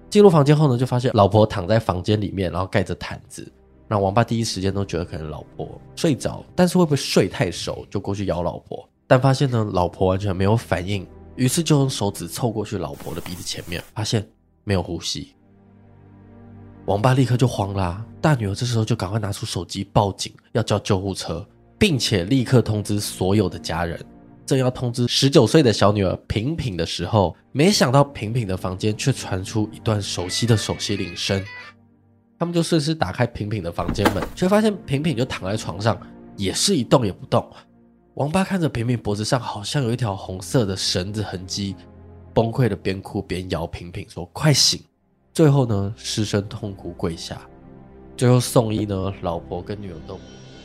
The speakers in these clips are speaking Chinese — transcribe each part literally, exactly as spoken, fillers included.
进入房间后呢，就发现老婆躺在房间里面，然后盖着毯子。那王八第一时间都觉得可能老婆睡着，但是会不会睡太熟，就过去咬老婆，但发现呢老婆完全没有反应，于是就用手指凑过去老婆的鼻子前面，发现没有呼吸。王八立刻就慌啦、啊，大女儿这时候就赶快拿出手机报警，要叫救护车，并且立刻通知所有的家人。正要通知十九岁的小女儿平平的时候，没想到平平的房间却传出一段熟悉的手机铃声。他们就顺势打开平平的房间门，却发现平平就躺在床上，也是一动也不动。王八看着平平脖子上好像有一条红色的绳子痕迹，崩溃的边哭边摇平平说快醒。最后呢失声痛哭跪下。最后送医呢，老婆跟女儿都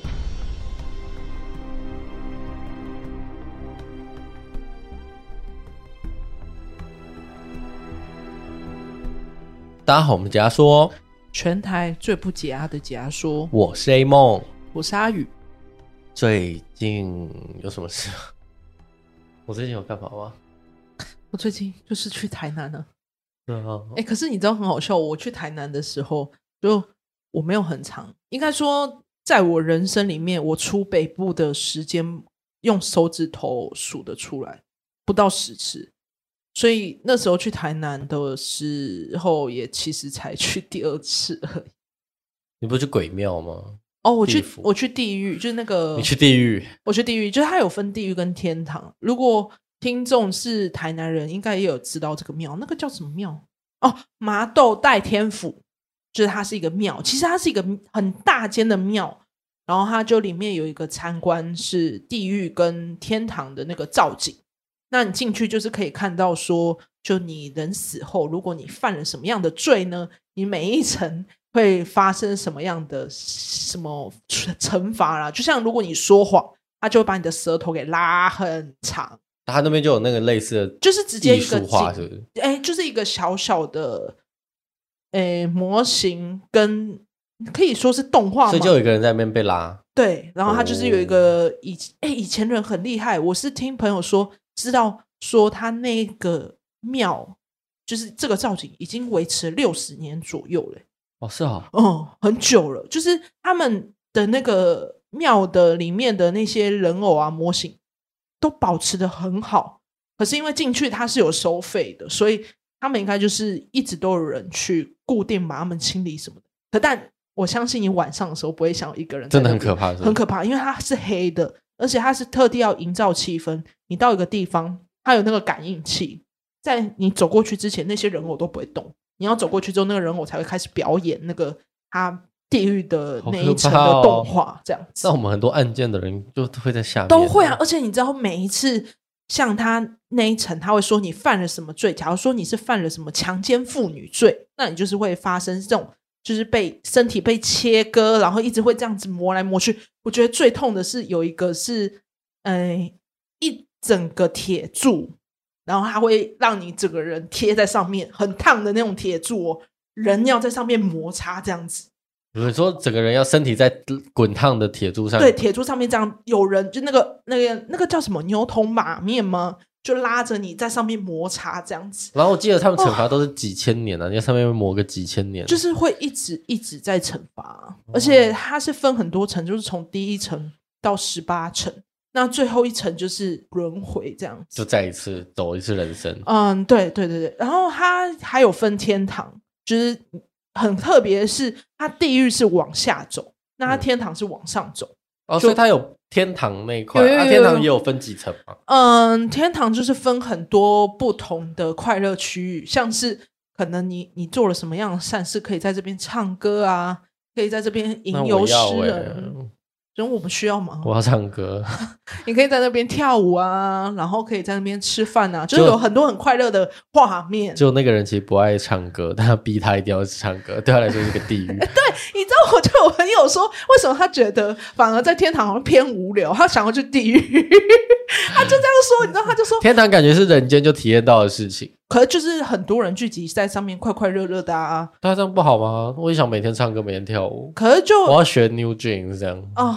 大家好，我们假说全台最不解压的解压说， 我是 A 梦， 我是阿宇。 最近有什么事？我最近有干嘛吗？ 我最近就是去台南了。 对啊， 欸，可是你知道很好笑，我去台南的时候就我没有很长，应该说在我人生里面我出北部的时间用手指头数得出来，不到十次。所以那时候去台南的时候也其实才去第二次而已。 你不是去鬼庙吗？ 哦，我去我去地狱，就是那个你去地狱， 我去地狱，就是它有分地狱跟天堂。如果听众是台南人，应该也有知道这个庙，那个叫什么庙？哦，麻豆代天府，就是它是一个庙，其实它是一个很大间的庙，然后它就里面有一个参观是地狱跟天堂的那个造景。那你进去就是可以看到说，就你人死后，如果你犯了什么样的罪呢，你每一层会发生什么样的什么惩罚啦。就像如果你说谎，他就会把你的舌头给拉很长。 他那边就有那个类似的， 就是直接一个艺术化，是不是？ 哎，就是一个小小的哎模型，跟可以说是动画嘛， 所以就有一个人在那边被拉。 对，然后他就是有一个以哎、哦、以前人很厉害，我是听朋友说知道说他那个庙就是这个造景已经维持了六十年左右了。 哦，是哦， 嗯，很久了。就是他们的那个庙的里面的那些人偶啊模型都保持得很好，可是因为进去它是有收费的，所以他们应该就是一直都有人去固定把他们清理什么的。可但我相信你晚上的时候不会想有一个人在那边， 真的很可怕，是不是？ 很可怕，因为它是黑的，而且它是特地要营造气氛。你到一个地方，它有那个感应器，在你走过去之前，那些人偶都不会动。你要走过去之后，那个人偶才会开始表演那个他地狱的那一层的动画，这样子。 那我们很多案件的人就会在下面， 都会啊。而且你知道，每一次像他那一层，他会说你犯了什么罪。假如说你是犯了什么强奸妇女罪，那你就是会发生这种。就是被身体被切割，然后一直会这样子磨来磨去。我觉得最痛的是有一个是，呃，一整个铁柱，然后它会让你整个人贴在上面，很烫的那种铁柱哦，人要在上面摩擦这样子。 你说整个人要身体在滚烫的铁柱上， 对，铁柱上面这样，有人就那个那个那个叫什么牛头马面吗？就拉着你在上面摩擦这样子。 然后我记得他们惩罚都是几千年啊，你、哦、在上面磨个几千年， 就是会一直一直在惩罚，而且它是分很多层，就是从第一层到十八层，那最后一层就是轮回这样子， 就再一次走一次人生。 嗯，对对对对。然后它还有分天堂，就是很特别的是，它地狱是往下走，那它天堂是往上走。嗯哦，所以它有天堂那一块，啊，天堂也有分几层吗？ 嗯，天堂就是分很多不同的快乐区域，像是可能你你做了什么样的善事，可以在这边唱歌啊，可以在这边吟游诗人。人我们需要吗？ 我要唱歌。 你可以在那边跳舞啊，然后可以在那边吃饭啊，就是有很多很快乐的画面。 就那个人其实不爱唱歌，但他逼他一定要唱歌，对他来说是个地狱。 对，你知道我就有朋友说，为什么他觉得反而在天堂好像偏无聊，他想要去地狱。他就这样说，你知道，他就说天堂感觉是人间就体验到的事情， 可是就是很多人聚集在上面快快乐乐的啊。 对，这样不好吗？我也想每天唱歌每天跳舞， 可是就我要学 New Jeans 这样哦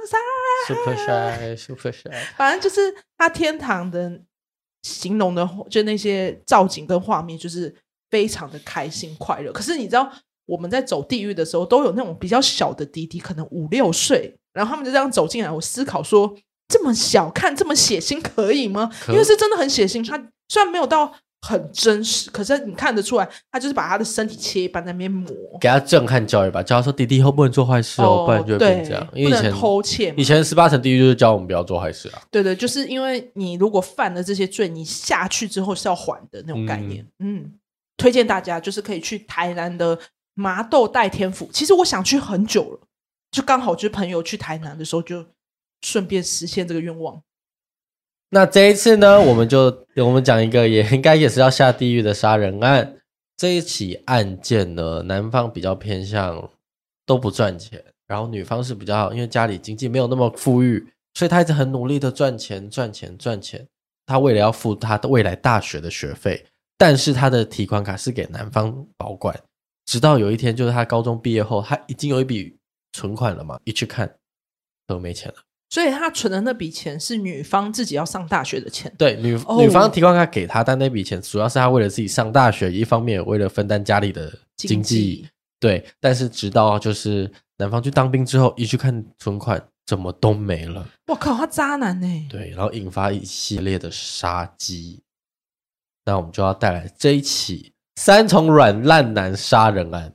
Super shy Super shy， 反正就是他天堂的形容的就那些造景跟画面就是非常的开心快乐。可是你知道我们在走地狱的时候都有那种比较小的弟弟，可能五六岁，然后他们就这样走进来，我思考说这么小看这么血腥可以吗？因为是真的很血腥，他虽然没有到很真实，可是你看得出来他就是把他的身体切一半在那边磨， 给他震撼教育吧，教他说弟弟以后不能做坏事 哦, 哦不然就会变这样。因为以前不能偷窃嘛， 以前十八层地狱就是教我们不要做坏事啊。 对对，就是因为你如果犯了这些罪，你下去之后是要还的那种概念。 嗯, 嗯，推荐大家就是可以去台南的麻豆代天府，其实我想去很久了，就刚好就是朋友去台南的时候就顺便实现这个愿望。 那这一次呢，我们就我们讲一个也应该也是要下地狱的杀人案。这一起案件呢，男方比较偏向都不赚钱，然后女方是比较因为家里经济没有那么富裕，所以他一直很努力的赚钱赚钱赚钱。他为了要付他的未来大学的学费，但是他的提款卡是给男方保管，直到有一天就是他高中毕业后，他已经有一笔存款了嘛，一去看都没钱了。 所以他存的那笔钱是女方自己要上大学的钱。 对，女、哦、女方提款卡给他，但那笔钱主要是他为了自己上大学，一方面也为了分担家里的经济。经济对，但是直到就是男方去当兵之后，一去看存款，怎么都没了。 我靠，他渣男欸。 对，然后引发一系列的杀机。那我们就要带来这一起三重软烂男杀人案。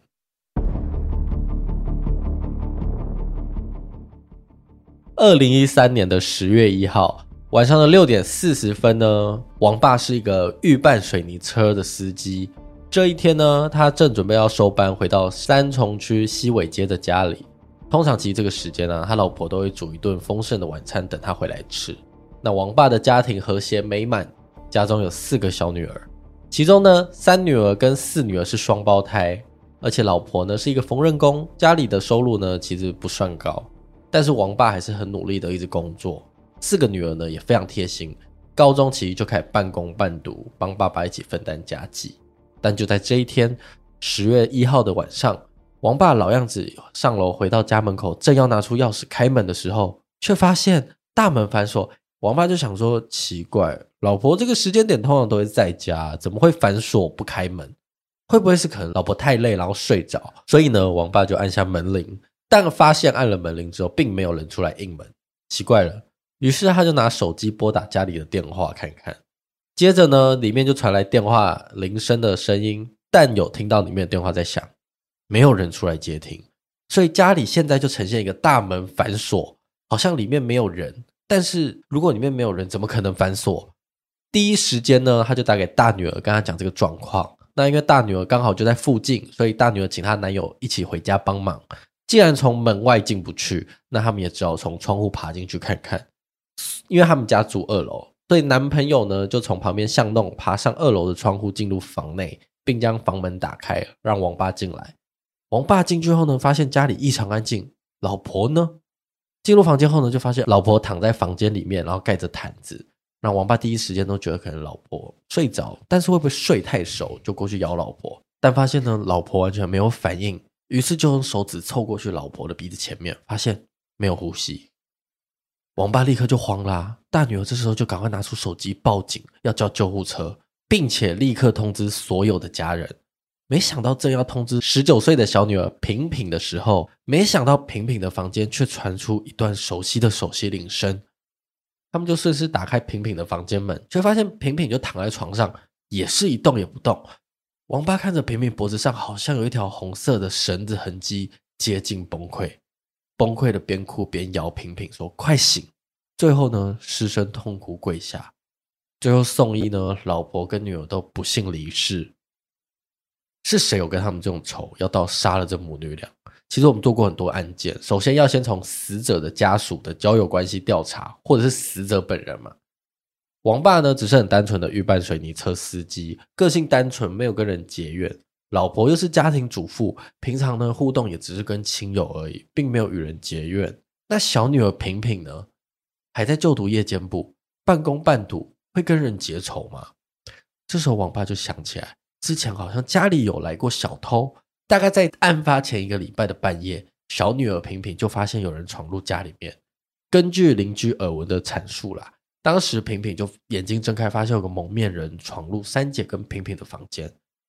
二零一三年的十月一号晚上的六点四十分呢，王爸是一个预拌水泥车的司机。这一天呢，他正准备要收班回到三重区西尾街的家里。通常其实这个时间呢、啊，他老婆都会煮一顿丰盛的晚餐等他回来吃。那王爸的家庭和谐美满，家中有四个小女儿，其中呢三女儿跟四女儿是双胞胎，而且老婆呢是一个缝纫工，家里的收入呢其实不算高，但是王爸还是很努力的一直工作。四个女儿呢也非常贴心，高中其实就开始半工半读，帮爸爸一起分担家计。但就在这一天十月一号的晚上，王爸老样子上楼回到家门口，正要拿出钥匙开门的时候，却发现大门反锁。王爸就想说奇怪，老婆这个时间点通常都会在家，怎么会反锁不开门？会不会是可能老婆太累然后睡着？所以呢，王爸就按下门铃，但发现按了门铃之后并没有人出来应门，奇怪了。于是他就拿手机拨打家里的电话看看，接着呢里面就传来电话铃声的声音，但有听到里面的电话在响，没有人出来接听。所以家里现在就呈现一个大门反锁，好像里面没有人，但是如果里面没有人怎么可能反锁？第一时间呢他就打给大女儿跟他讲这个状况。那因为大女儿刚好就在附近，所以大女儿请她男友一起回家帮忙。既然从门外进不去，那他们也只好从窗户爬进去看看。因为他们家住二楼，所以男朋友呢就从旁边巷弄爬上二楼的窗户进入房内，并将房门打开让王爸进来。王爸进去后呢，发现家里异常安静，老婆呢？进入房间后呢，就发现老婆躺在房间里面，然后盖着毯子。让王爸第一时间都觉得可能老婆睡着，但是会不会睡太熟，就过去摇老婆，但发现呢老婆完全没有反应，于是就用手指凑过去老婆的鼻子前面，发现没有呼吸。王爸立刻就慌啦、啊，大女儿这时候就赶快拿出手机报警，要叫救护车，并且立刻通知所有的家人。没想到正要通知十九岁的小女儿平平的时候，没想到平平的房间却传出一段熟悉的手机铃声。他们就顺势打开平平的房间门，却发现平平就躺在床上，也是一动也不动。王爸看着平平脖子上好像有一条红色的绳子痕迹，接近崩溃。崩溃的边哭边摇平平说快醒。最后呢失声痛哭跪下。最后送医呢，老婆跟女儿都不幸离世。是谁有跟他们这种仇，要到杀了这母女俩？其实我们做过很多案件，首先要先从死者的家属的交友关系调查，或者是死者本人嘛。王爸呢只是很单纯的预拌水泥车司机，个性单纯，没有跟人结怨。老婆又是家庭主妇，平常呢互动也只是跟亲友而已，并没有与人结怨。那小女儿平平呢，还在就读夜间部，半工半读，会跟人结仇吗？这时候王爸就想起来，之前好像家里有来过小偷，大概在案发前一个礼拜的半夜，小女儿平平就发现有人闯入家里面。根据邻居耳闻的阐述啦，当时平平就眼睛睁开，发现有个蒙面人闯入三姐跟平平的房间。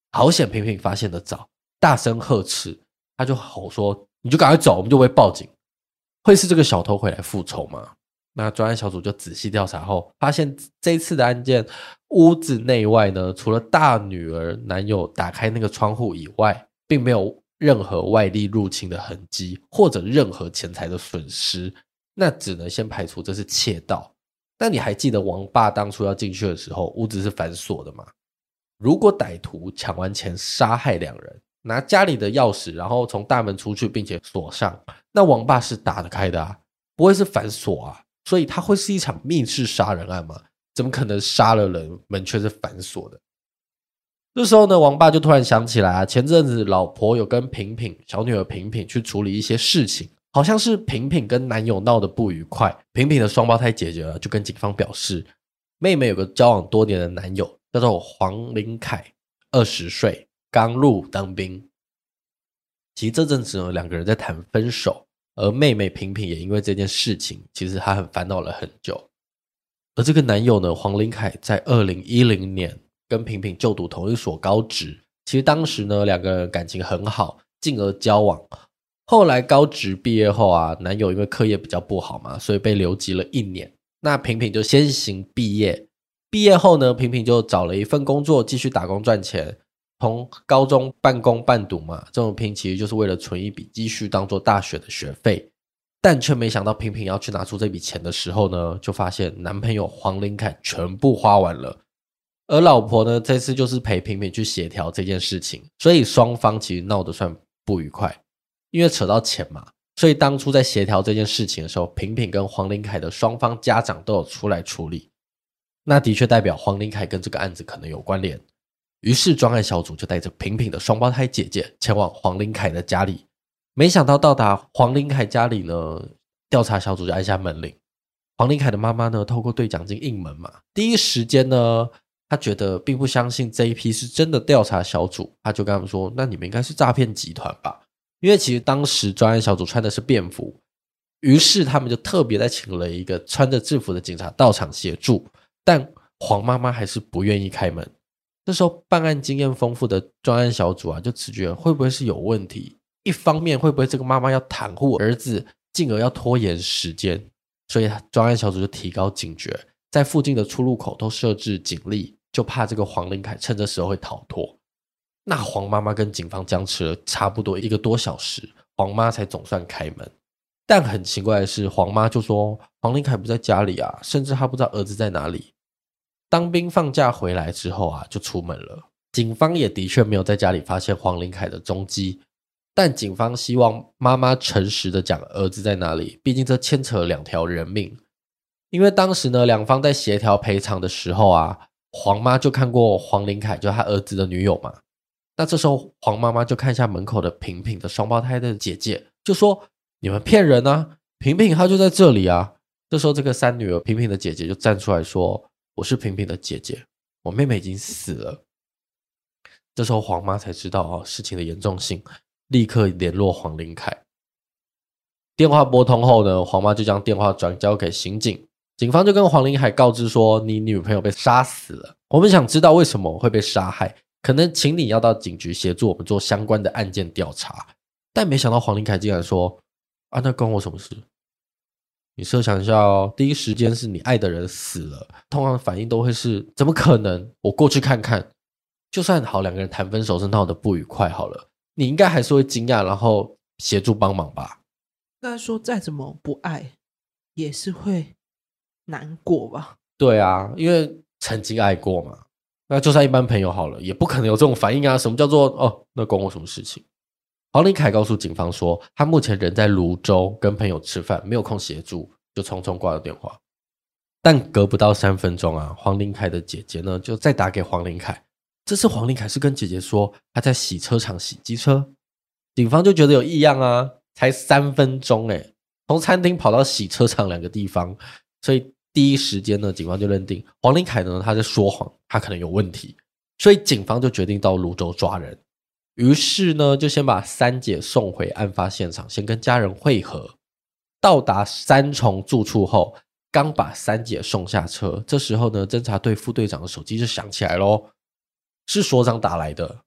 好险平平发现的早，大声呵斥，他就吼说你就赶快走，我们就不会报警。会是这个小偷回来复仇吗？那专案小组就仔细调查后发现，这一次的案件屋子内外呢，除了大女儿男友打开那个窗户以外，并没有任何外力入侵的痕迹，或者任何钱财的损失，那只能先排除这是窃盗。那你还记得王爸当初要进去的时候，屋子是反锁的吗？如果歹徒抢完钱杀害两人，拿家里的钥匙然后从大门出去并且锁上，那王爸是打得开的啊，不会是反锁啊，所以它会是一场密室杀人案吗？怎么可能杀了人门却是反锁的？这时候呢，王爸就突然想起来啊，前阵子老婆有跟平平小女儿平平去处理一些事情，好像是平平跟男友闹得不愉快，平平的双胞胎姐姐就跟警方表示，妹妹有个交往多年的男友叫做黄林凯，二十岁，刚入当兵。其实这阵子呢，两个人在谈分手，而妹妹平平也因为这件事情，其实她很烦恼了很久。而这个男友呢，黄林凯在二零一零年跟平平就读同一所高职，其实当时呢，两个人感情很好，进而交往。后来高职毕业后啊，男友因为课业比较不好嘛，所以被留级了一年。那平平就先行毕业，毕业后呢，平平就找了一份工作，继续打工赚钱。从高中半工半读嘛，这种拼其实就是为了存一笔积蓄当做大学的学费。但却没想到平平要去拿出这笔钱的时候呢，就发现男朋友黄林凯全部花完了。而老婆呢，这次就是陪平平去协调这件事情，所以双方其实闹得算不愉快。因为扯到钱嘛，所以当初在协调这件事情的时候，平平跟黄林凯的双方家长都有出来处理。那的确代表黄林凯跟这个案子可能有关联。于是专案小组就带着平平的双胞胎姐姐前往黄林凯的家里。没想到到达黄林凯家里呢，调查小组就按下门铃。黄林凯的妈妈呢，透过对讲机应门嘛，第一时间呢，她觉得并不相信这一批是真的调查小组，她就跟他们说，那你们应该是诈骗集团吧。因为其实当时专案小组穿的是便服，于是他们就特别再请了一个穿着制服的警察到场协助，但黄妈妈还是不愿意开门。这时候办案经验丰富的专案小组啊，就直觉会不会是有问题，一方面会不会这个妈妈要袒护儿子，进而要拖延时间，所以专案小组就提高警觉，在附近的出入口都设置警力，就怕这个黄林凯趁这时候会逃脱。那黄妈妈跟警方僵持了差不多一个多小时，黄妈才总算开门。但很奇怪的是，黄妈就说黄林凯不在家里啊，甚至她不知道儿子在哪里。当兵放假回来之后啊，就出门了。警方也的确没有在家里发现黄林凯的踪迹，但警方希望妈妈诚实的讲儿子在哪里，毕竟这牵扯了两条人命。因为当时呢，两方在协调赔偿的时候啊，黄妈就看过黄林凯，就是他儿子的女友嘛。那这时候黄妈妈就看一下门口的平平的双胞胎的姐姐，就说你们骗人啊，平平她就在这里啊。这时候这个三女儿平平的姐姐就站出来说，我是平平的姐姐，我妹妹已经死了。这时候黄妈才知道哦事情的严重性，立刻联络黄林凯。电话拨通后呢，黄妈就将电话转交给刑警，警方就跟黄林凯告知说，你女朋友被杀死了，我们想知道为什么会被杀害，可能请你要到警局协助我们做相关的案件调查。但没想到黄林凯竟然说，啊，那关我什么事？你设想一下哦，第一时间是你爱的人死了，通常反应都会是怎么可能，我过去看看。就算好两个人谈分手是闹得不愉快好了，你应该还是会惊讶，然后协助帮忙吧。 应该说再怎么不爱也是会难过吧。 对啊，因为曾经爱过嘛。那就算一般朋友好了，也不可能有这种反应啊。什么叫做哦，那关我什么事情？黄林凯告诉警方说，他目前人在泸州跟朋友吃饭，没有空协助，就匆匆挂了电话。但隔不到三分钟啊，黄林凯的姐姐呢就再打给黄林凯。这次黄林凯是跟姐姐说他在洗车场洗机车，警方就觉得有异样啊，才三分钟诶，从餐厅跑到洗车场两个地方，所以第一时间呢，警方就认定黄林凯呢他在说谎，他可能有问题，所以警方就决定到泸州抓人。于是呢，就先把三姐送回案发现场，先跟家人会合。到达三重住处后，刚把三姐送下车，这时候呢，侦查队副队长的手机就响起来咯，是所长打来的。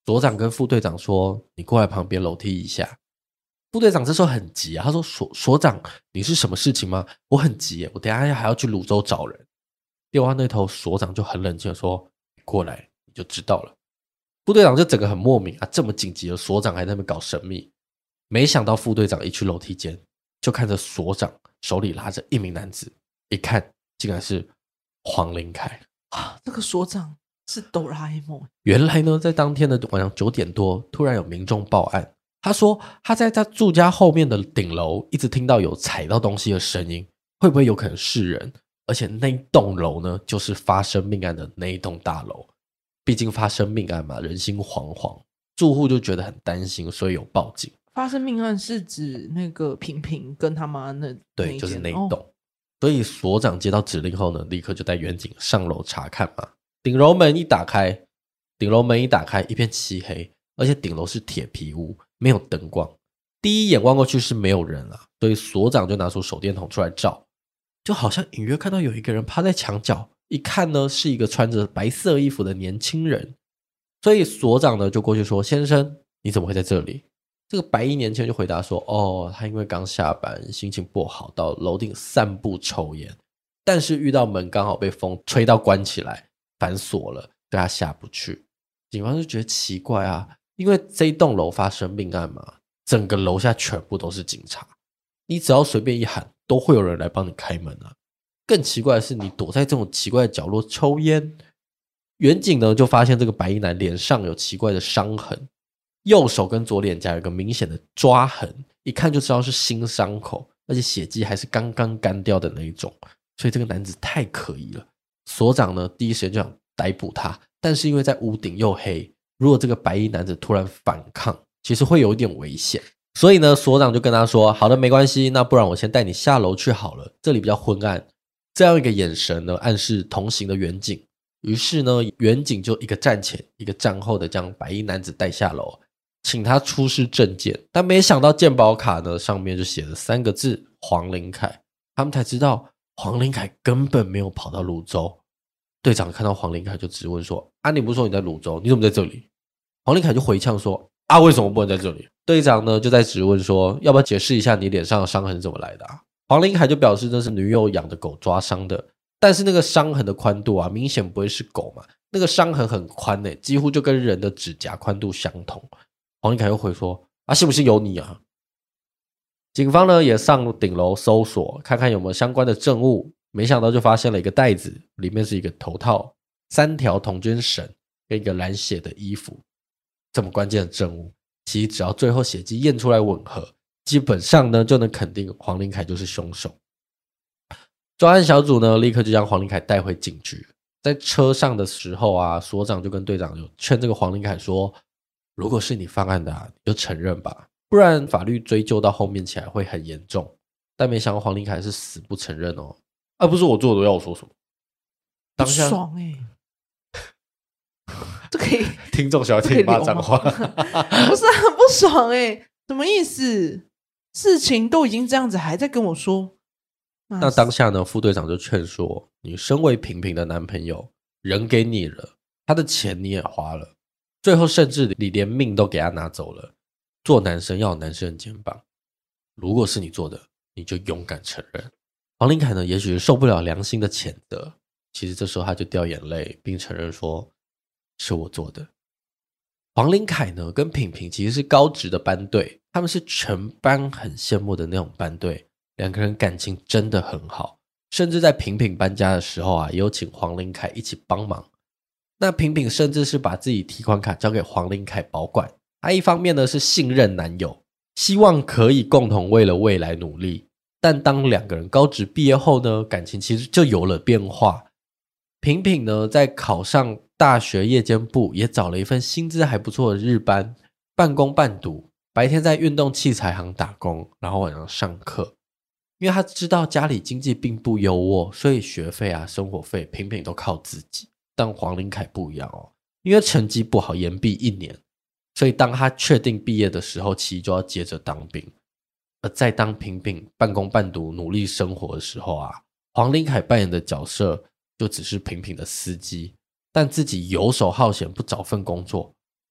所长跟副队长说你过来旁边楼梯一下。副队长这时候很急啊，他说所所长你是什么事情吗？我很急耶，我等一下还要去泸州找人。电话那头所长就很冷静的说过来你就知道了。副队长就整个很莫名啊，这么紧急的所长还在那边搞神秘。没想到副队长一去楼梯间就看着所长手里拉着一名男子，一看竟然是黄林凯啊！这个所长是哆啦 A 梦。 原来呢，在当天的晚上九点多，突然有民众报案，他说他在他住家后面的顶楼一直听到有踩到东西的声音，会不会有可能是人？而且那一栋楼呢，就是发生命案的那一栋大楼。毕竟发生命案嘛，人心惶惶，住户就觉得很担心，所以有报警。 发生命案是指那个平平跟他妈那对， 那就是那一栋、 哦。 所以所长接到指令后呢，立刻就带员警上楼查看嘛。顶楼门一打开，顶楼门一打开，一片漆黑，而且顶楼是铁皮屋，没有灯光。第一眼望过去是没有人啊，所以所长就拿出手电筒出来照，就好像隐约看到有一个人趴在墙角，一看呢是一个穿着白色衣服的年轻人。所以所长呢就过去说：“先生，你怎么会在这里？”这个白衣年轻人就回答说：“哦，他因为刚下班，心情不好，到楼顶散步抽烟，但是遇到门刚好被风吹到关起来，反锁了，所以他下不去。”警方就觉得奇怪啊，因为这一栋楼发生命案嘛，整个楼下全部都是警察，你只要随便一喊，都会有人来帮你开门啊。更奇怪的是，你躲在这种奇怪的角落抽烟，员警呢就发现这个白衣男脸上有奇怪的伤痕。右手跟左脸颊有个明显的抓痕，一看就知道是新伤口，而且血迹还是刚刚干掉的那一种，所以这个男子太可疑了。所长呢第一时间就想逮捕他，但是因为在屋顶又黑，如果这个白衣男子突然反抗，其实会有一点危险。所以呢所长就跟他说：“好的，没关系，那不然我先带你下楼去好了，这里比较昏暗。”这样一个眼神呢暗示同行的员警，于是呢员警就一个站前一个站后的将白衣男子带下楼，请他出示证件，但没想到健保卡呢上面就写了三个字黄林凯，他们才知道黄林凯根本没有跑到泸州。队长看到黄林凯就质问说：“啊，你不是说你在泸州，你怎么在这里？”黄林凯就回呛说：“啊，为什么不能在这里？”队长呢就在质问说：“要不要解释一下你脸上的伤痕是怎么来的啊？”黄林凯就表示这是女友养的狗抓伤的，但是那个伤痕的宽度啊明显不会是狗嘛，那个伤痕很宽耶，几乎就跟人的指甲宽度相同。黄林凯又回说：“啊，信不信由你啊。”警方呢也上顶楼搜索，看看有没有相关的证物，没想到就发现了一个袋子，里面是一个头套、三条童军绳跟一个染血的衣服。这么关键的证物，其实只要最后血迹验出来吻合，基本上呢就能肯定黄林凯就是凶手。专案小组呢立刻就将黄林凯带回警局。在车上的时候啊，所长就跟队长有劝这个黄林凯说：“如果是你犯案的啊，你就承认吧，不然法律追究到后面起来会很严重。”但没想到黄林凯是死不承认哦，啊，不是我做的，要我说什么？当下不爽欸这可以听众想要听骂脏话， 不是很不爽欸，什么意思？事情都已经这样子，还在跟我说？ 那当下呢，副队长就劝说：“你身为平平的男朋友，人给你了，他的钱你也花了，最后甚至你连命都给他拿走了。做男生要有男生的肩膀，如果是你做的，你就勇敢承认。”黄林凯呢，也许是受不了良心的谴责，其实这时候他就掉眼泪，并承认说：“是我做的。”黄林凯呢，跟品品其实是高职的班队，他们是全班很羡慕的那种班队，两个人感情真的很好，甚至在品品搬家的时候啊，也有请黄林凯一起帮忙。那品品甚至是把自己提款卡交给黄林凯保管，他一方面呢是信任男友，希望可以共同为了未来努力。但当两个人高职毕业后呢，感情其实就有了变化。品品呢在考上大学夜间部，也找了一份薪资还不错的日班，半工半读，白天在运动器材行打工，然后晚上上课。因为他知道家里经济并不优渥，所以学费啊、生活费品品都靠自己。但黄林凯不一样哦，因为成绩不好，延毕一年，所以当他确定毕业的时候，其实就要接着当兵。而在当品品半工半读努力生活的时候啊，黄林凯扮演的角色就只是品品的司机，但自己游手好闲不找份工作。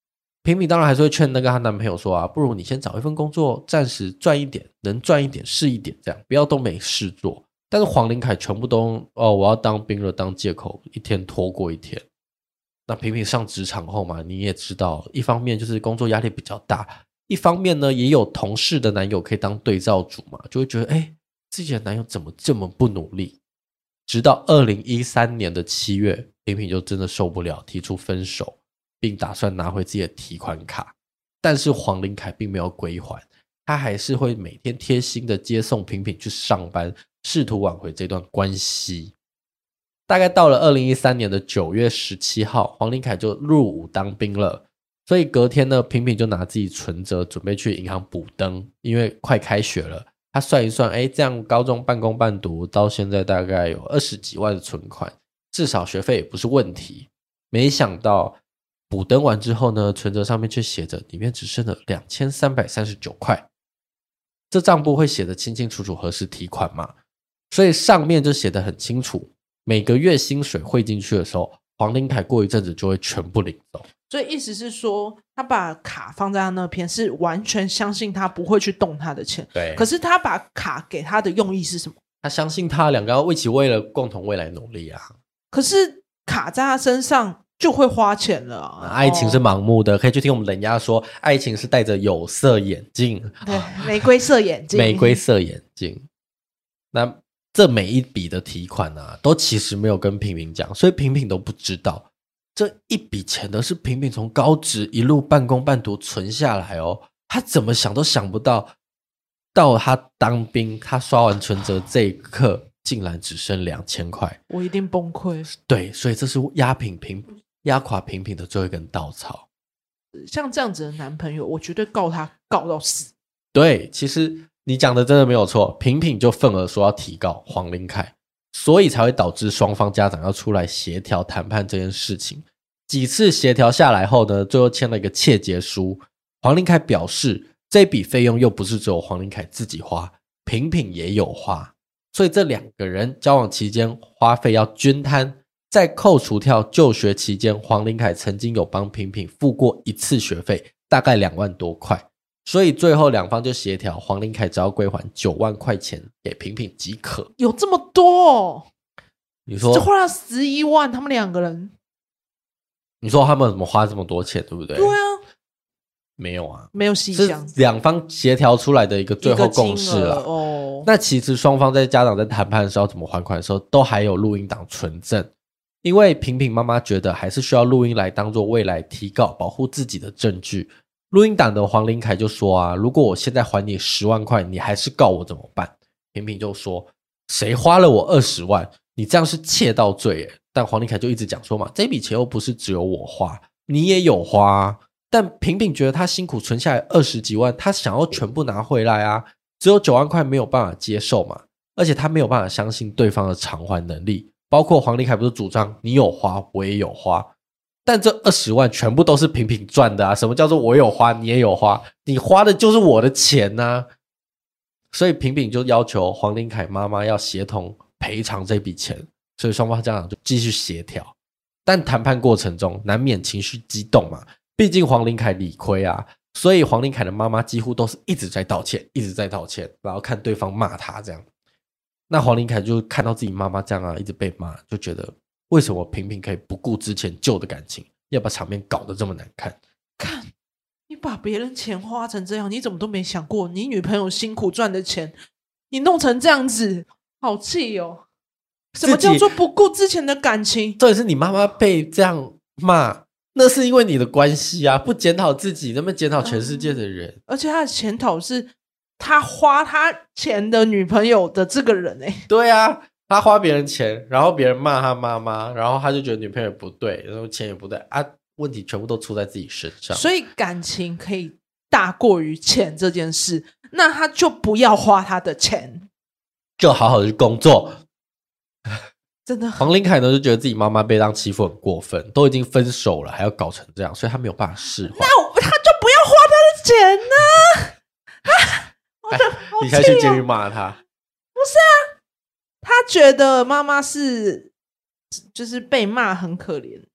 平平当然还是会劝那个她男朋友说啊，不如你先找一份工作，暂时赚一点，能赚一点是一点，这样不要都没事做。但是黄林凯全部都哦，我要当兵了当借口，一天拖过一天。那平平上职场后嘛，你也知道，一方面就是工作压力比较大，一方面呢也有同事的男友可以当对照组嘛，就会觉得哎，自己的男友怎么这么不努力。直到二零一三年的七月，平平就真的受不了，提出分手，并打算拿回自己的提款卡。但是黄林凯并没有归还，他还是会每天贴心的接送平平去上班，试图挽回这段关系。大概到了二零一三年的九月十七号，黄林凯就入伍当兵了。所以隔天呢，平平就拿自己存折准备去银行补登，因为快开学了。他算一算，诶，这样高中半工半读到现在大概有二十几万的存款，至少学费也不是问题。没想到补登完之后呢，存折上面却写着里面只剩了两千三百三十九块。这账簿会写得清清楚楚何时提款嘛，所以上面就写得很清楚，每个月薪水汇进去的时候，黄林凯过一阵子就会全部领走。 所以意思是说，他把卡放在他那边，是完全相信他不会去动他的钱。 对。 可是他把卡给他的用意是什么？ 他相信他两个要一起为了共同未来努力啊。 可是卡在他身上就会花钱了啊。 爱情是盲目的，哦、可以去听我们人家说，爱情是戴着有色眼镜， 对，玫瑰色眼镜， 玫瑰色眼镜。那这每一笔的提款啊，都其实没有跟平平讲，所以平平都不知道。这一笔钱呢，是平平从高职一路半工半读存下来哦，他怎么想都想不到，到他当兵，他刷完存折这一刻，竟然只剩两千块， 我一定崩溃。 对，所以这是压平平、压垮平平的最后一根稻草。 像这样子的男朋友，我绝对告他告到死。 对，其实你讲的真的没有错，平平就愤而说要提告黄林凯。所以才会导致双方家长要出来协调谈判这件事情。几次协调下来后呢，最后签了一个切结书。黄林凯表示，这笔费用又不是只有黄林凯自己花，平平也有花，所以这两个人交往期间花费要均摊。在扣除掉就学期间，黄林凯曾经有帮平平付过一次学费，大概两万多块。所以最后两方就协调，黄林凯只要归还九万块钱给平平即可。 有这么多哦？ 你说就花了十一万，他们两个人。 你说他们怎么花这么多钱，对不对？ 对啊， 没有啊， 没有细项， 是两方协调出来的一个最后共识了。 哦， 那其实双方在家长在谈判的时候怎么还款的时候，都还有录音档存证，因为平平妈妈觉得还是需要录音来当做未来提告保护自己的证据。录音档的黄林凯就说啊，如果我现在还你十万块，你还是告我怎么办？平平就说，谁花了我二十万？你这样是窃盗罪耶。但黄林凯就一直讲说嘛，这笔钱又不是只有我花，你也有花啊。但平平觉得他辛苦存下来二十几万，他想要全部拿回来啊，只有九万块没有办法接受嘛，而且他没有办法相信对方的偿还能力。包括黄林凯不是主张你有花，我也有花。但这二十万全部都是平平赚的啊！什么叫做我有花，你也有花？你花的就是我的钱啊！所以平平就要求黄林凯妈妈要协同赔偿这笔钱，所以双方家长就继续协调。但谈判过程中难免情绪激动嘛，毕竟黄林凯理亏啊，所以黄林凯的妈妈几乎都是一直在道歉，一直在道歉，然后看对方骂他这样。那黄林凯就看到自己妈妈这样啊，一直被骂，就觉得为什么平平可以不顾之前旧的感情，要把场面搞得这么难看？ 看你把别人钱花成这样，你怎么都没想过你女朋友辛苦赚的钱你弄成这样子，好气哦！什么叫做不顾之前的感情？ 这也是你妈妈被这样骂，那是因为你的关系啊，不检讨自己，那么检讨全世界的人、嗯、 而且他的检讨是他花他钱的女朋友的这个人欸。 对啊，他花别人钱，然后别人骂他妈妈，然后他就觉得女朋友也不对，然后钱也不对啊，问题全部都出在自己身上。 所以感情可以大过于钱这件事，那他就不要花他的钱， 就好好的去工作。 真的， 黄林凯呢就觉得自己妈妈被当欺负很过分，都已经分手了还要搞成这样，所以他没有办法释怀。 那他就不要花他的钱呢、啊啊我的哎你才去监狱骂他？ 不是啊，他觉得妈妈是就是被骂很可怜，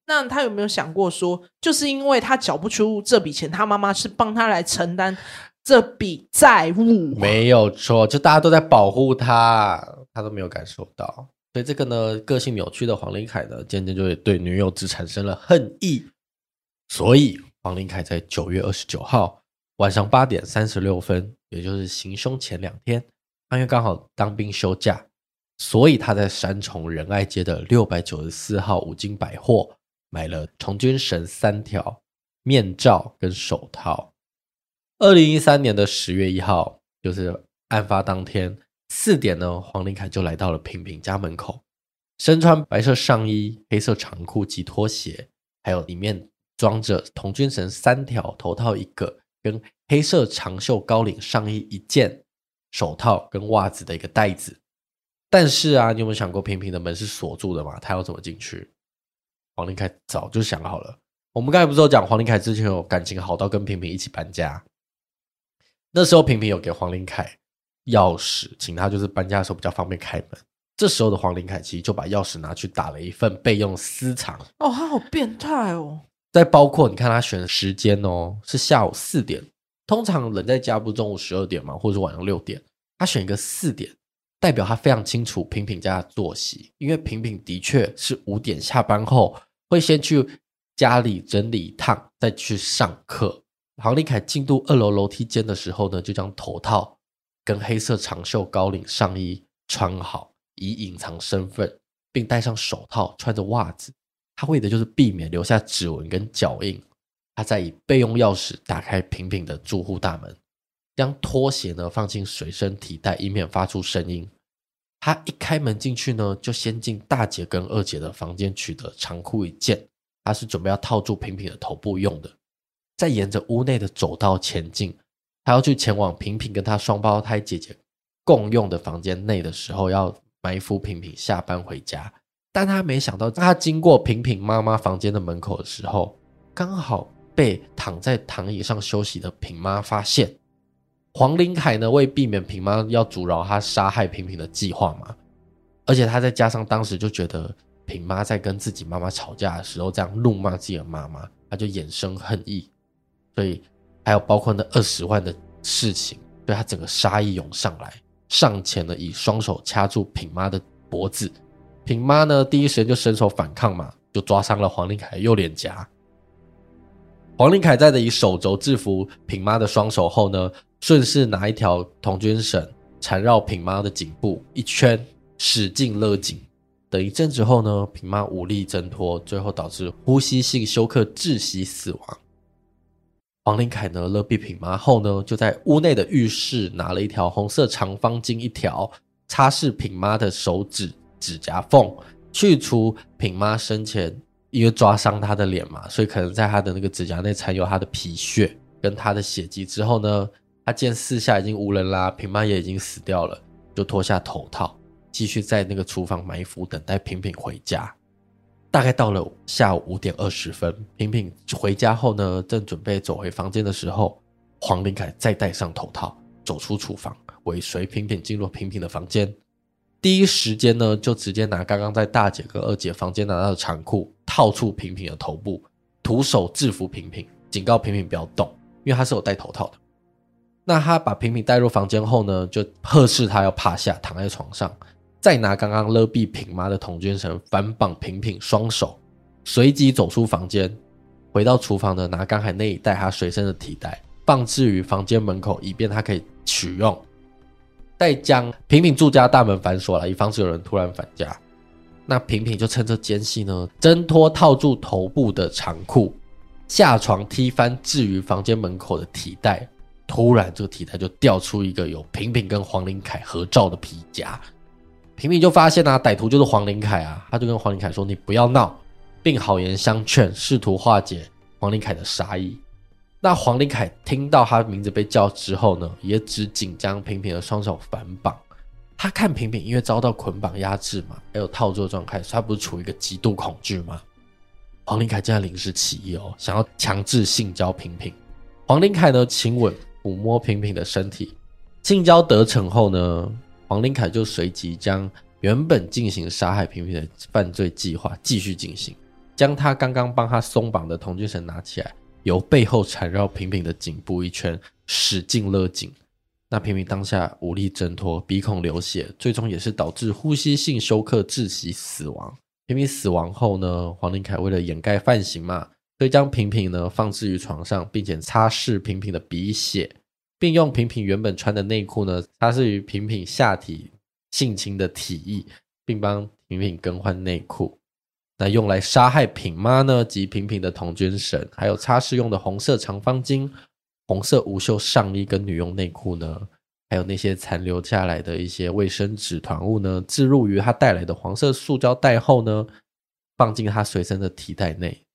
那他有没有想过说，就是因为他缴不出这笔钱，他妈妈是帮他来承担这笔债务？ 没有错，就大家都在保护他，他都没有感受到。所以这个呢，个性扭曲的黄林凯呢，渐渐就对女友只产生了恨意。所以黄林凯在九月二十九号晚上八点三十六分，也就是行凶前两天，他因为刚好当兵休假，所以他在三重仁爱街的六百九十四号五金百货买了童军绳三条、面罩跟手套。二零一三年的十月一号，就是案发当天四点呢，黄林凯就来到了平平家门口，身穿白色上衣、黑色长裤及拖鞋，还有里面装着童军绳三条、头套一个，跟黑色长袖高领上衣一件、手套跟袜子的一个袋子。但是啊，你有没有想过平平的门是锁住的嘛？他要怎么进去？黄林凯早就想好了。我们刚才不是有讲黄林凯之前有感情好到跟平平一起搬家，那时候平平有给黄林凯钥匙，请他就是搬家的时候比较方便开门。这时候的黄林凯其实就把钥匙拿去打了一份备用私藏。 哦，他好变态哦！ 再包括你看他选的时间哦，是下午四点，通常人在家不是中午十二点吗？或者是晚上六点，他选一个四点，代表他非常清楚平平家的作息，因为平平的确是五点下班后会先去家里整理一趟，再去上课。黄林凯进入二楼楼梯间的时候呢，就将头套跟黑色长袖高领上衣穿好，以隐藏身份，并戴上手套，穿着袜子。他为的就是避免留下指纹跟脚印。他再以备用钥匙打开平平的住户大门，将拖鞋呢放进随身提袋，以免发出声音。他一开门进去呢，就先进大姐跟二姐的房间取得长裤一件，他是准备要套住平平的头部用的。再沿着屋内的走道前进，他要去前往平平跟他双胞胎姐姐共用的房间内的时候，要埋伏平平下班回家。但他没想到，他经过平平妈妈房间的门口的时候，刚好被躺在躺椅上休息的平妈发现。黄林凯呢，为避免平妈要阻挠他杀害平平的计划嘛，而且他再加上当时就觉得平妈在跟自己妈妈吵架的时候这样怒骂自己的妈妈，他就衍生恨意，所以还有包括那二十万的事情，对他整个杀意涌上来，上前呢以双手掐住平妈的脖子。平妈呢第一时间就伸手反抗嘛，就抓伤了黄林凯的右脸颊。黄林凯在的以手肘制服平妈的双手后呢，顺势拿一条童军绳缠绕平妈的颈部一圈，使劲勒紧。等一阵子后呢，平妈无力挣脱，最后导致呼吸性休克窒息死亡。黄林凯呢勒毙平妈后呢，就在屋内的浴室拿了一条红色长方巾一条，擦拭平妈的手指指甲缝，去除平妈生前因为抓伤她的脸嘛，所以可能在她的那个指甲内残有她的皮屑跟她的血迹之后呢，他见四下已经无人啦，平妈也已经死掉了，就脱下头套，继续在那个厨房埋伏，等待平平回家。大概到了下午五点二十分，平平回家后呢，正准备走回房间的时候，黄林凯再戴上头套，走出厨房，尾随平平进入平平的房间。第一时间呢，就直接拿刚刚在大姐跟二姐房间拿到的长裤套住平平的头部，徒手制服平平，警告平平不要动，因为他是有戴头套的。那他把平平带入房间后呢，就呵斥他要趴下，躺在床上，再拿刚刚勒毙平妈的童军绳反绑平平双手，随即走出房间，回到厨房呢，拿刚才那一袋他随身的提袋放置于房间门口，以便他可以取用。再将平平住家大门反锁了，以防止有人突然返家。那平平就趁这间隙呢，挣脱套住头部的长裤，下床踢翻置于房间门口的提袋。突然这个提袋就掉出一个有平平跟黄林凯合照的皮夹。平平就发现啊，歹徒就是黄林凯啊，他就跟黄林凯说你不要闹，并好言相劝，试图化解黄林凯的杀意。那黄林凯听到他名字被叫之后呢，也只紧将平平的双手反绑。他看平平因为遭到捆绑压制嘛，还有套住的状态，所以他不是处于一个极度恐惧吗？黄林凯竟然临时起意哦，想要强制性交平平。黄林凯呢亲吻抚摸平平的身体，性交得逞后呢，黄林凯就随即将原本进行杀害平平的犯罪计划继续进行。 将他刚刚帮他松绑的童军绳拿起来，由背后缠绕平平的颈部一圈，使劲勒紧。那平平当下无力挣脱，鼻孔流血，最终也是导致呼吸性休克窒息死亡。平平死亡后呢，黄林凯为了掩盖犯行嘛，所以将平平呢放置于床上，并且擦拭平平的鼻血，并用平平原本穿的内裤呢擦拭于平平下体性侵的体液，并帮平平更换内裤。那用来杀害品妈呢及平平的童军绳，还有擦拭用的红色长方巾、红色无袖上衣跟女用内裤呢，还有那些残留下来的一些卫生纸团物呢，置入于他带来的黄色塑胶袋后呢，放进他随身的提袋内。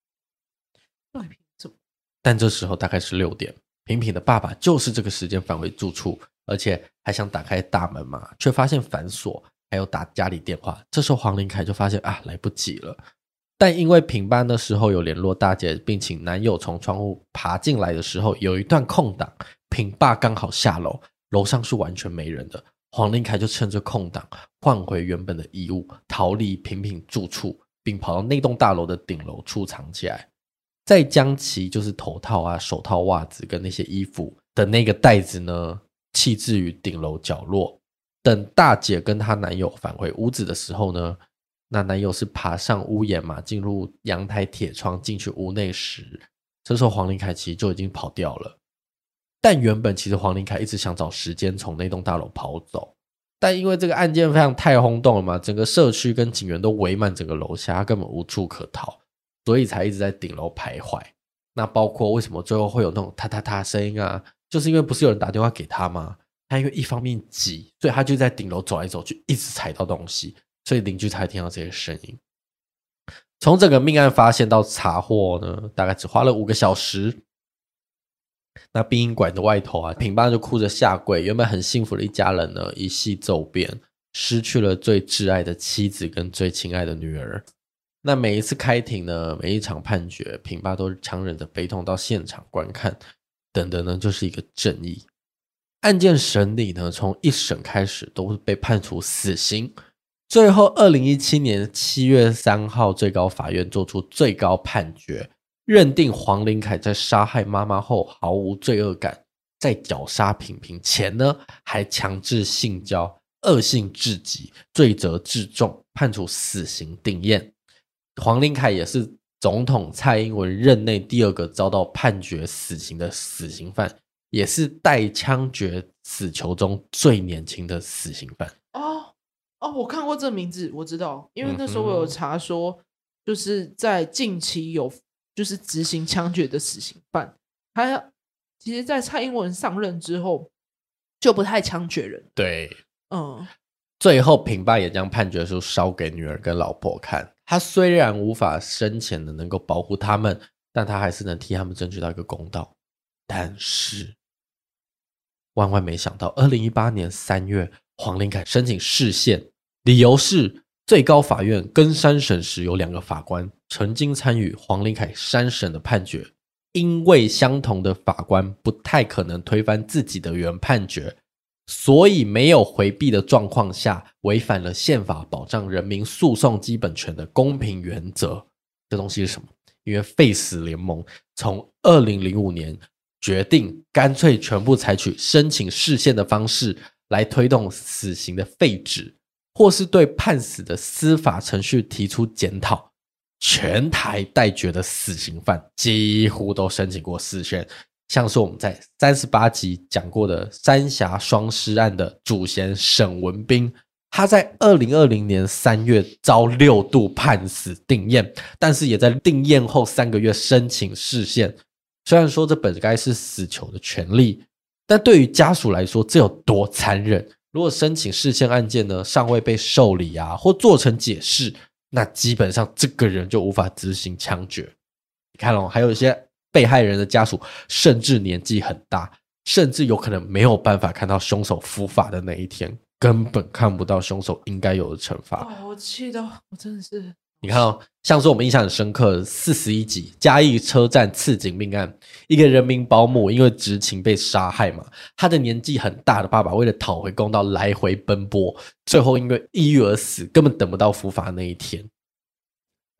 但这时候大概是六点，平平的爸爸就是这个时间返回住处，而且还想打开大门嘛，却发现反锁，还有打家里电话。这时候黄林凯就发现啊，来不及了。但因为平爸那时候有联络大姐，并请男友从窗户爬进来的时候有一段空档，平爸刚好下楼，楼上是完全没人的。黄林凯就趁着空档换回原本的衣物，逃离平平住处，并跑到那栋大楼的顶楼处藏起来，再将其就是头套啊、手套、袜子跟那些衣服的那个袋子呢弃置于顶楼角落。等大姐跟她男友返回屋子的时候呢，那男友是爬上屋檐嘛，进入阳台铁窗进去屋内时，这时候黄林凯其实就已经跑掉了。但原本其实黄林凯一直想找时间从那栋大楼跑走，但因为这个案件非常太轰动了嘛，整个社区跟警员都围满整个楼下，他根本无处可逃，所以才一直在顶楼徘徊。那包括为什么最后会有那种踏踏踏声音啊，就是因为不是有人打电话给他吗？他因为一方面急，所以他就在顶楼走来走去，一直踩到东西，所以邻居才听到这些声音。从整个命案发现到查获呢，大概只花了五个小时。那殡仪馆的外头啊，平爸就哭着下跪，原本很幸福的一家人呢，一夕骤变，失去了最挚爱的妻子跟最亲爱的女儿。那每一次开庭呢，每一场判决，平爸都强忍着悲痛到现场观看，等的呢就是一个正义。案件审理呢，从一审开始都是被判处死刑，最后二零一七年七月三号最高法院做出最高判决，认定黄林凯在杀害妈妈后毫无罪恶感，在绞杀平平前呢还强制性交，恶性至极，罪责至重，判处死刑定谳。黄林凯也是总统蔡英文任内第二个遭到判决死刑的死刑犯，也是待枪决死囚中最年轻的死刑犯。 哦哦，我看过这名字，我知道，因为那时候我有查说，就是在近期有就是执行枪决的死刑犯，他其实在蔡英文上任之后就不太枪决人。 对， 嗯， 最后平爸也将判决书烧给女儿跟老婆看，他虽然无法生前的能够保护他们，但他还是能替他们争取到一个公道。但是万万没想到二零一八年三月，黄林凯申请释宪，理由是最高法院更三审时有两个法官曾经参与黄林凯三审的判决，因为相同的法官不太可能推翻自己的原判决，所以没有回避的状况下，违反了宪法保障人民诉讼基本权的公平原则。这东西是什么？因为废死联盟从二零零五年决定干脆全部采取申请释宪的方式来推动死刑的废止，或是对判死的司法程序提出检讨。全台待决的死刑犯几乎都申请过释宪，像是我们在三十八集讲过的三峡双尸案的主嫌沈文彬，他在二零二零年三月遭六度判死定谳，但是也在定谳后三个月申请释宪。虽然说这本该是死囚的权利，但对于家属来说这有多残忍？如果申请释宪案件呢尚未被受理啊，或做成解释，那基本上这个人就无法执行枪决。你看哦，还有一些被害人的家属甚至年纪很大，甚至有可能没有办法看到凶手伏法的那一天，根本看不到凶手应该有的惩罚。 哦，我气到我真的是， 你看哦，像是我们印象很深刻的四十一集嘉义车站刺警命案，一个人民保姆因为执勤被杀害嘛，他的年纪很大的爸爸为了讨回公道来回奔波，最后因为抑郁而死，根本等不到伏法那一天。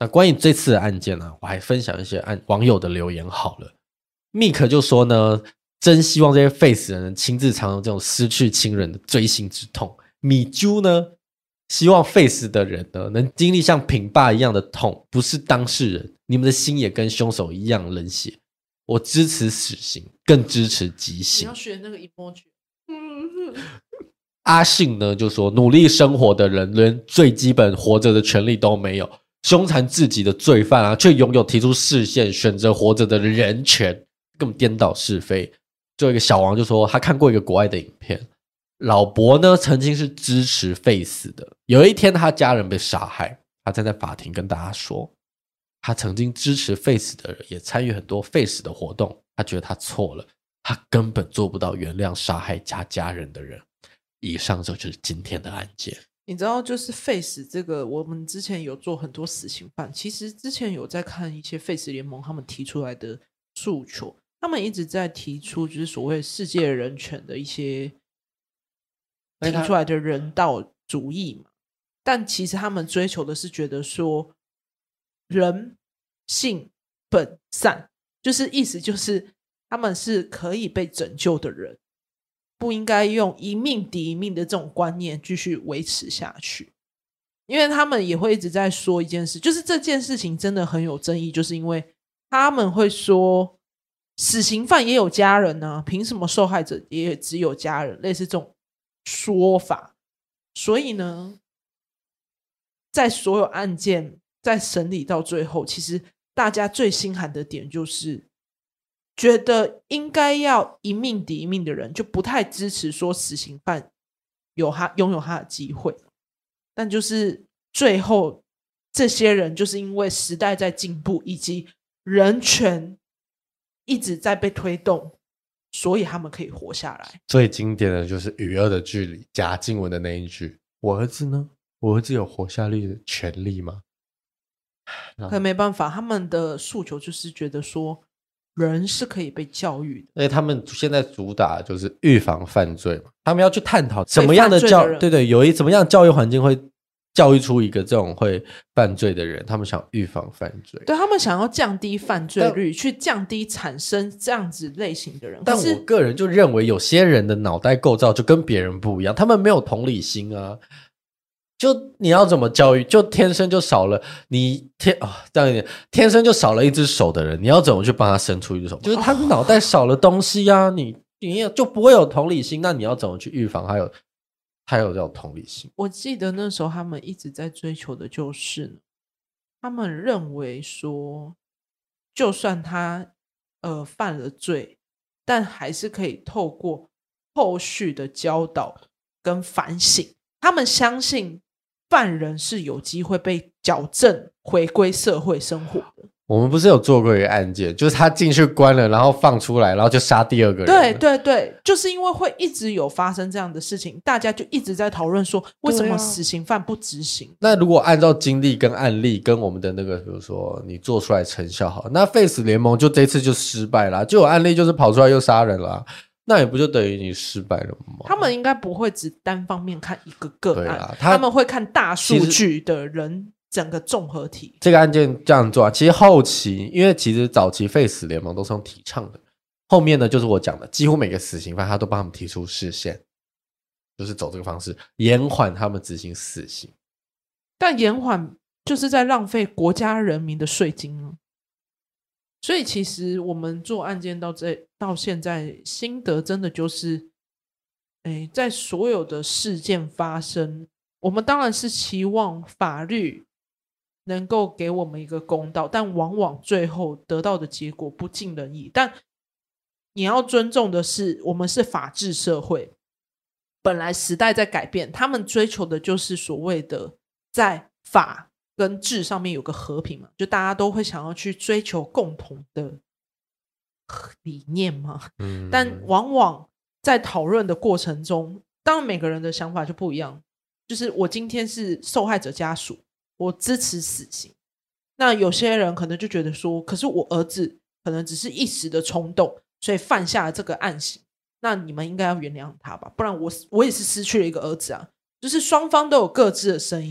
那关于这次的案件呢、啊，我还分享一些案网友的留言好了。Mick 就说呢，真希望这些废死人能亲自尝到这种失去亲人的锥心之痛。米珠呢，希望废死的人呢能经历像品爸一样的痛，不是当事人，你们的心也跟凶手一样冷血。我支持死刑，更支持极刑。 你要学那个 emoji。 阿信呢就说，努力生活的人连最基本活着的权利都没有，凶残至极的罪犯啊，却拥有提出视线、选择活着的人权，根本颠倒是非。最后一个小王就说，他看过一个国外的影片，老伯呢曾经是支持废死的，有一天他家人被杀害，他站在法庭跟大家说，他曾经支持废死的人，也参与很多废死的活动，他觉得他错了，他根本做不到原谅杀害家家人的人。以上这就是今天的案件。 你知道就是废死这个，我们之前有做很多死刑犯，其实之前有在看一些废死联盟他们提出来的诉求，他们一直在提出就是所谓世界人权的一些提出来的人道主义嘛，但其实他们追求的是觉得说人性本善，就是意思就是他们是可以被拯救的人，不应该用一命抵一命的这种观念继续维持下去。因为他们也会一直在说一件事，就是这件事情真的很有争议，就是因为他们会说死刑犯也有家人啊，凭什么受害者也只有家人，类似这种说法。所以呢，在所有案件在审理到最后，其实大家最心寒的点就是觉得应该要一命抵一命的人就不太支持说死刑犯有他拥有他的机会，但就是最后这些人就是因为时代在进步以及人权一直在被推动，所以他们可以活下来。 最经典的就是与恶的距离，贾静雯的那一句，我儿子呢？我儿子有活下去的权利吗？ 可没办法，他们的诉求就是觉得说人是可以被教育的， 而且他们现在主打就是预防犯罪嘛，他们要去探讨什么样的教对对，有一怎么样的教育环境会教育出一个这种会犯罪的人，他们想预防犯罪， 对，他们想要降低犯罪率，去降低产生这样子类型的人。 但我个人就认为有些人的脑袋构造就跟别人不一样，他们没有同理心啊。就你要怎么教育，就天生就少了你天啊、哦，这样一点，天生就少了一只手的人，你要怎么去帮他伸出一只手？就是他脑袋少了东西啊，你你就不会有同理心，那你要怎么去预防还有还有这种同理心？ 我记得那时候他们一直在追求的就是他们认为说就算他呃犯了罪，但还是可以透过后续的教导跟反省，他们相信犯人是有机会被矫正回归社会生活的。 我们不是有做过一个案件，就是他进去关了然后放出来然后就杀第二个人。 对对对，就是因为会一直有发生这样的事情，大家就一直在讨论说为什么死刑犯不执行、啊、 那如果按照经历跟案例跟我们的那个比如说你做出来成效好，那废死联盟就这次就失败啦，就有案例就是跑出来又杀人啦，那也不就等于你失败了吗？ 他们应该不会只单方面看一个个案， 他, 他们会看大数据的人整个综合体。 这个案件这样做啊，其实后期因为其实早期废死联盟都是用提倡的，后面呢就是我讲的几乎每个死刑犯他都帮他们提出释宪，就是走这个方式延缓他们执行死刑。 但延缓就是在浪费国家人民的税金啊。所以其实我们做案件到这到现在心得真的就是诶，在所有的事件发生，我们当然是期望法律能够给我们一个公道，但往往最后得到的结果不尽人意。但你要尊重的是我们是法治社会，本来时代在改变，他们追求的就是所谓的在法跟治上面有个和平嘛，就大家都会想要去追求共同的理念嘛、嗯、但往往在讨论的过程中，当然每个人的想法就不一样，就是我今天是受害者家属，我支持死刑，那有些人可能就觉得说可是我儿子可能只是一时的冲动所以犯下了这个案刑，那你们应该要原谅他吧，不然我我也是失去了一个儿子啊。就是双方都有各自的声音，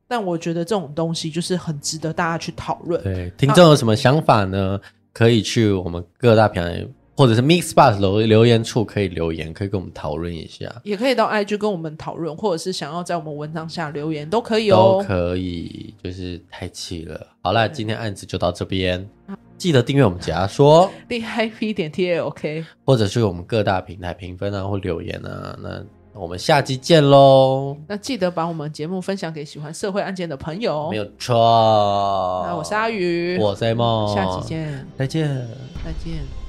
但我觉得这种东西就是很值得大家去讨论。 对，听众有什么想法呢？可以去我们各大平台或者是 Mixbox 留留言处可以留言，可以跟我们讨论一下， 也可以到 I G 跟我们讨论，或者是想要在我们文章下留言都可以哦， 都可以，就是太气了。好了，今天案子就到这边，记得订阅我们解压说厉害 P 点 T A OK， 或者是我们各大平台评分啊或留言啊。那我们下集见咯。 那记得把我们节目分享给喜欢社会案件的朋友， 没有错。 那我是阿宇， 我是 A 梦， 下集见， 再见， 再见。